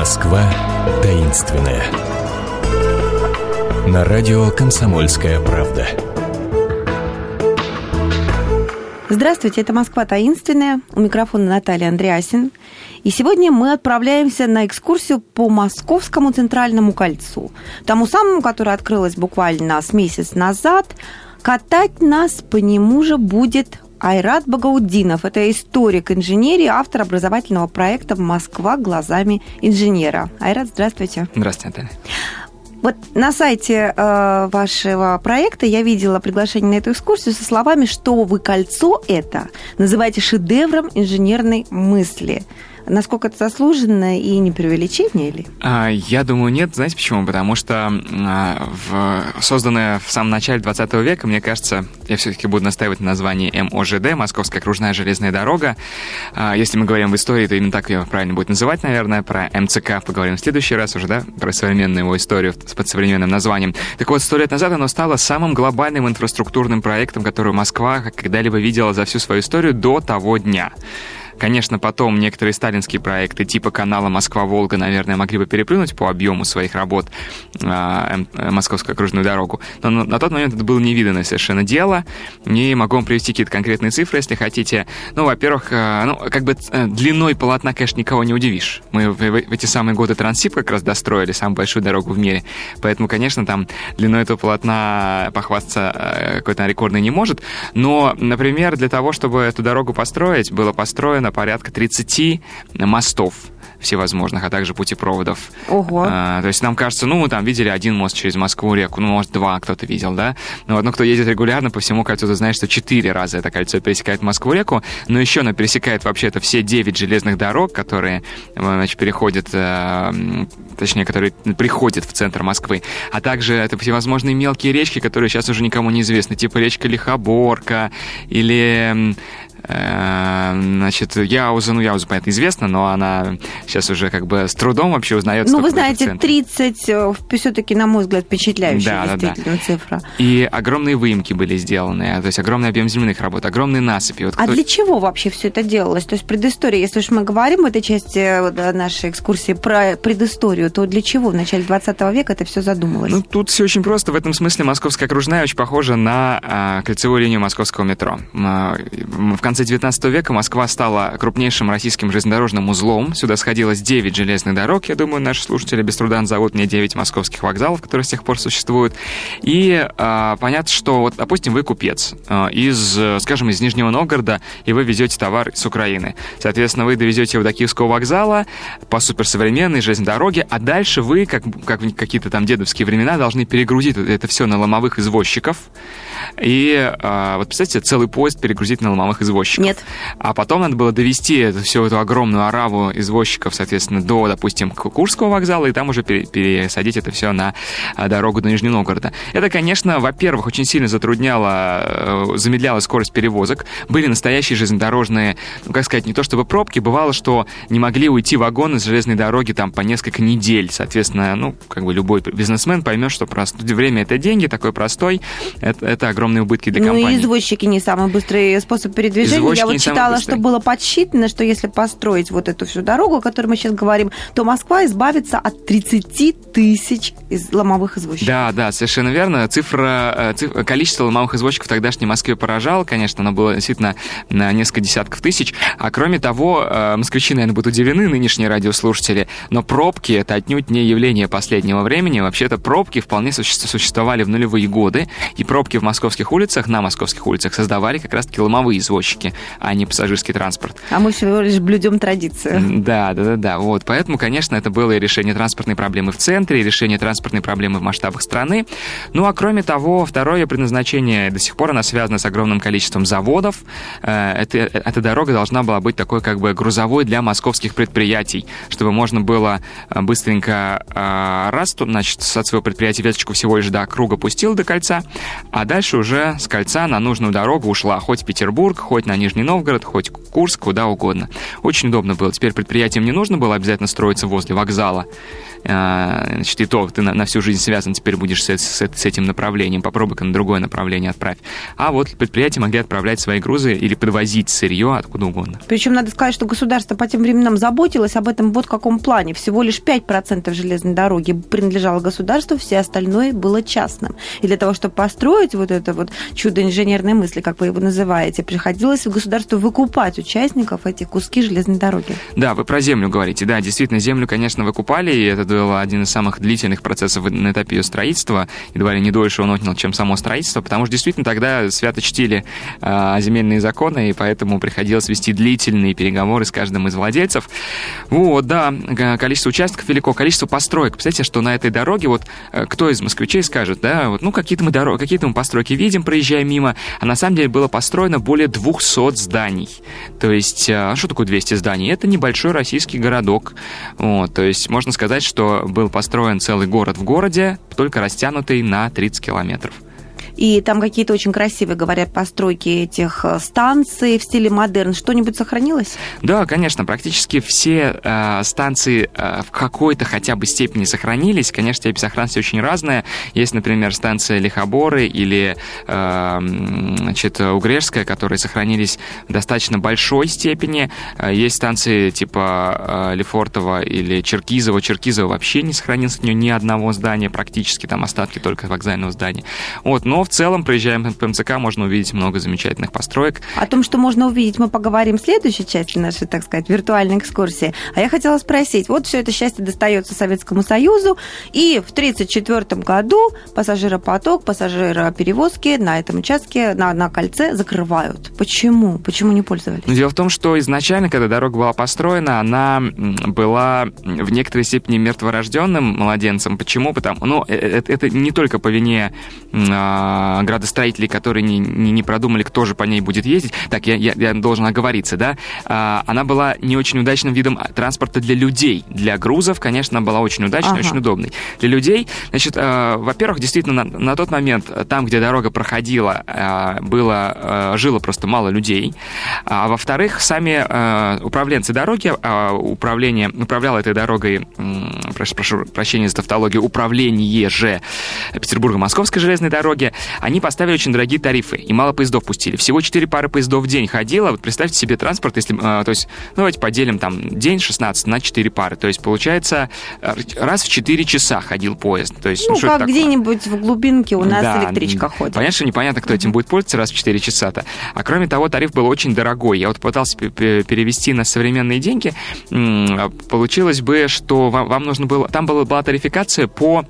Москва таинственная. На радио «Комсомольская правда». Здравствуйте, это «Москва таинственная». У микрофона Наталья Андреасин. И сегодня мы отправляемся на экскурсию по Московскому Центральному кольцу. Тому самому, которое открылось буквально с месяц назад. Катать нас по нему же будет Айрат Багаутдинов. Это историк инженерии, автор образовательного проекта «Москва глазами инженера». Айрат, здравствуйте. Здравствуйте, Наталья. Вот на сайте вашего проекта я видела приглашение на эту экскурсию со словами, что вы кольцо это называете шедевром инженерной мысли. Насколько это заслуженно и не преувеличение ли? Я думаю, нет. Знаете почему? Потому что созданная в самом начале 20 века, мне кажется, я все-таки буду настаивать на названии МОЖД, Московская окружная железная дорога. Если мы говорим в истории, то именно так ее правильно будет называть, наверное. Про МЦК поговорим в следующий раз уже, да? Про современную его историю под современным названием. Так вот, 100 лет назад оно стало самым глобальным инфраструктурным проектом, который Москва когда-либо видела за всю свою историю до того дня. Конечно, потом некоторые сталинские проекты типа канала Москва-Волга, наверное, могли бы переплюнуть по объему своих работ Московскую окружную дорогу. Но на тот момент это было невиданное совершенно дело. И могу вам привести какие-то конкретные цифры, если хотите. Ну, во-первых, длиной полотна, конечно, никого не удивишь. Мы в эти самые годы Транссиб как раз достроили самую большую дорогу в мире. Поэтому, конечно, там длиной этого полотна похвастаться какой-то рекордной не может. Но, например, для того, чтобы эту дорогу построить, было построено порядка 30 мостов всевозможных, а также путепроводов. Ого. То есть нам кажется, мы там видели один мост через Москву-реку, может, два кто-то видел, да? Но кто ездит регулярно по всему кольцу, то знает, что 4 раза это кольцо пересекает Москву-реку, но еще оно пересекает вообще-то все 9 железных дорог, которые, переходят, которые приходят в центр Москвы, а также это всевозможные мелкие речки, которые сейчас уже никому не известны, типа речка Лихоборка или... Яуза, понятно, известно, но она сейчас уже с трудом вообще узнается. Вы знаете, 30 все-таки, на мой взгляд, впечатляющая действительно цифра. И огромные выемки были сделаны, то есть огромный объем земляных работ, огромные насыпи. Для чего вообще все это делалось? То есть предыстория, если уж мы говорим в этой части нашей экскурсии про предысторию, то для чего в начале 20 века это все задумалось? Тут все очень просто. В этом смысле Московская окружная очень похожа на кольцевую линию московского метро. В конце 19 века Москва стала крупнейшим российским железнодорожным узлом. Сюда сходилось 9 железных дорог. Я думаю, наши слушатели без труда назовут мне 9 московских вокзалов, которые с тех пор существуют. И понятно, что, допустим, вы купец из Нижнего Новгорода, и вы везете товар с Украины. Соответственно, вы довезете его до Киевского вокзала по суперсовременной железной дороге, а дальше вы, как в какие-то там дедовские времена, должны перегрузить это все на ломовых извозчиков. И представьте, целый поезд перегрузить на ломовых извозчиков. Нет. А потом надо было довести всю эту огромную ораву извозчиков, соответственно, до, допустим, Курского вокзала, и там уже пересадить это все на дорогу до Нижнего Новгорода. Это, конечно, во-первых, очень сильно замедляло скорость перевозок. Были настоящие железнодорожные, не то чтобы пробки, бывало, что не могли уйти вагоны с железной дороги там по несколько недель. Соответственно, любой бизнесмен поймет, что время — это деньги, такой простой, это огромные убытки для компании. И извозчики не самый быстрый способ передвижения. Я читала, что было подсчитано, что если построить вот эту всю дорогу, о которой мы сейчас говорим, то Москва избавится от 30 тысяч ломовых извозчиков. Да, совершенно верно. Количество ломовых извозчиков в тогдашней Москве поражало, конечно, оно было действительно на несколько десятков тысяч. А кроме того, москвичи, наверное, будут удивлены, нынешние радиослушатели, но пробки — это отнюдь не явление последнего времени. Вообще-то пробки вполне существовали в нулевые годы, и пробки на московских улицах создавали как раз-таки ломовые извозчики, а не пассажирский транспорт. А мы всего лишь блюдем традицию. Да. Поэтому, конечно, это было и решение транспортной проблемы в центре, и решение транспортной проблемы в масштабах страны. А кроме того, второе предназначение, до сих пор она связана с огромным количеством заводов. Эта дорога должна была быть такой грузовой для московских предприятий, чтобы можно было быстренько от своего предприятия веточку всего лишь до округа пустил до кольца, а дальше уже с кольца на нужную дорогу ушла хоть в Петербург, хоть на Нижний Новгород, хоть Курск, куда угодно. Очень удобно было. Теперь предприятиям не нужно было обязательно строиться возле вокзала. Значит, и то ты на всю жизнь связан теперь будешь с этим направлением. Попробуй-ка на другое направление отправь. А вот предприятия могли отправлять свои грузы или подвозить сырье откуда угодно. Причем надо сказать, что государство по тем временам заботилось об этом вот в каком плане. Всего лишь 5% железной дороги принадлежало государству, все остальное было частным. И для того, чтобы построить вот это вот чудо инженерной мысли, как вы его называете, приходилось государству выкупать участников этих куски железной дороги. Да, вы про землю говорите. Да, действительно, землю, конечно, выкупали, и это был один из самых длительных процессов на этапе ее строительства. Едва ли не дольше он отнял, чем само строительство, потому что действительно тогда свято чтили земельные законы, и поэтому приходилось вести длительные переговоры с каждым из владельцев. Вот, да, количество участков велико, количество построек. Представляете, что на этой дороге, вот кто из москвичей скажет, да, вот, ну, какие-то мы постройки видим, проезжая мимо, а на самом деле было построено более 200 зданий. То есть, что такое 200 зданий? Это небольшой российский городок. Вот, то есть, можно сказать, что был построен целый город в городе, только растянутый на 30 километров. И там какие-то очень красивые, говорят, постройки этих станций в стиле модерн. Что-нибудь сохранилось? Да, конечно, практически все станции в какой-то хотя бы степени сохранились. Конечно, степень сохранности очень разная. Есть, например, станция Лихоборы или Угрешская, которые сохранились в достаточно большой степени. Есть станции типа Лефортово или Черкизово. Черкизово вообще не сохранилось, у нее ни одного здания практически, там остатки только вокзального здания. Вот, но в целом, проезжая по МЦК, можно увидеть много замечательных построек. О том, что можно увидеть, мы поговорим в следующей части нашей, так сказать, виртуальной экскурсии. А я хотела спросить, вот все это счастье достается Советскому Союзу, и в 1934 году пассажиропоток, пассажироперевозки на этом участке, на кольце закрывают. Почему? Почему не пользовались? Дело в том, что изначально, когда дорога была построена, она была в некоторой степени мертворожденным младенцем. Почему? Это не только по вине градостроителей, которые не продумали, кто же по ней будет ездить. Так, я должен оговориться, да? Она была не очень удачным видом транспорта для людей. Для грузов, конечно, она была очень удачной, очень удобной. Для людей, значит, во-первых, действительно, на тот момент, там, где дорога проходила, жило просто мало людей. А во-вторых, сами управленцы дороги, управляло этой дорогой, прошу прощения за тавтологию, управление же Петербурго-Московской железной дороги, они поставили очень дорогие тарифы и мало поездов пустили. Всего 4 пары поездов в день ходило. Вот представьте себе транспорт, если, то есть, давайте поделим там день 16 на 4 пары. То есть, получается, раз в 4 часа ходил поезд. То есть, как где-нибудь в глубинке у нас электричка ходит. Понятно, что непонятно, кто этим будет пользоваться раз в 4 часа-то. А кроме того, тариф был очень дорогой. Я вот пытался перевести на современные деньги. Получилось бы, что вам нужно было... Там была тарификация по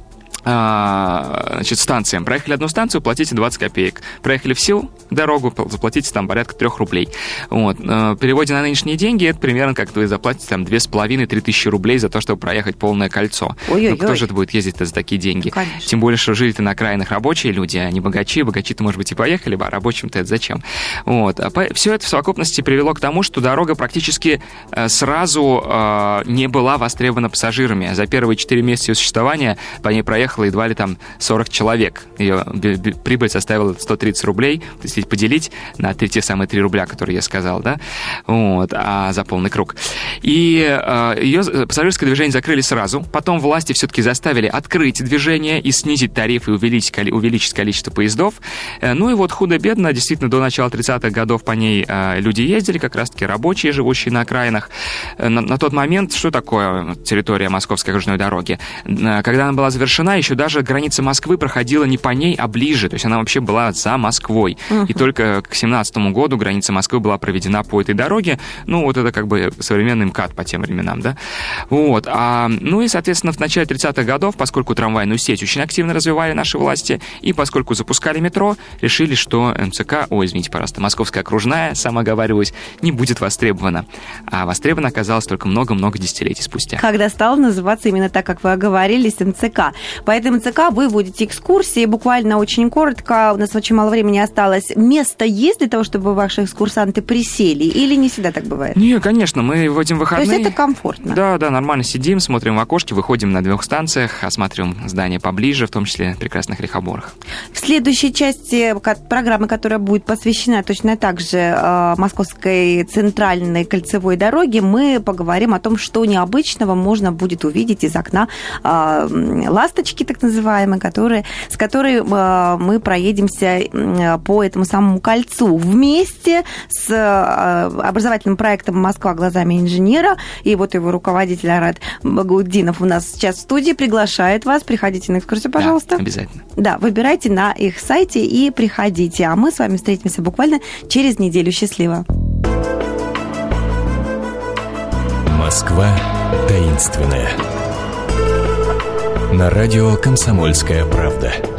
станциям. Проехали одну станцию, платите 20 копеек. Проехали всю дорогу, заплатите там порядка 3 рублей. Вот. В переводе на нынешние деньги это примерно как вы заплатите там 2,5-3 тысячи рублей за то, чтобы проехать полное кольцо. Ну, кто же это будет ездить-то за такие деньги? Конечно. Тем более, что жили-то на окраинах рабочие люди, а не богачи. Богачи-то, может быть, и поехали бы, а рабочим-то это зачем? Вот. Все это в совокупности привело к тому, что дорога практически сразу не была востребована пассажирами. За первые 4 месяца ее существования по ней проехало едва ли там 40 человек. Ее прибыль составила 130 рублей. То есть, если поделить на те самые 3 рубля, которые я сказал, да, вот, за полный круг. И ее пассажирское движение закрыли сразу. Потом власти все-таки заставили открыть движение и снизить тарифы, и увеличить количество поездов. Ну и вот худо-бедно, действительно, до начала 30-х годов по ней люди ездили, как раз-таки рабочие, живущие на окраинах. На тот момент, что такое территория Московской окружной дороги? Когда она была завершена, еще даже граница Москвы проходила не по ней, а ближе. То есть она вообще была за Москвой. И только к 17-му году граница Москвы была проведена по этой дороге. Ну, вот это как бы современный МКАД по тем временам, да. Вот. Ну и, соответственно, в начале 30-х годов, поскольку трамвайную сеть очень активно развивали наши власти, и поскольку запускали метро, решили, что Московская окружная, самооговариваюсь, не будет востребована. А востребована оказалась только много-много десятилетий спустя. Когда стала называться именно так, как вы оговорились, МЦК. Поэтому МЦК вы вводите экскурсии, буквально очень коротко, у нас очень мало времени осталось. Место есть для того, чтобы ваши экскурсанты присели, или не всегда так бывает? Не, конечно, мы вводим допустим, в выходные... То есть это комфортно? Да, нормально сидим, смотрим в окошке, выходим на 2 станциях, осматриваем здания поближе, в том числе прекрасных Рихоборах. В следующей части программы, которая будет посвящена точно так же Московской центральной кольцевой дороге, мы поговорим о том, что необычного можно будет увидеть из окна «Ласточки», так называемой, с которой мы проедемся по этому самому кольцу вместе с образовательным проектом «Москва глазами инженера». И вот его руководитель Арат Багаутдинов у нас сейчас в студии, приглашает вас. Приходите на экскурсию, пожалуйста. Да, обязательно. Да, выбирайте на их сайте и приходите. А мы с вами встретимся буквально через неделю. Счастливо. Москва таинственная. На радио «Комсомольская правда».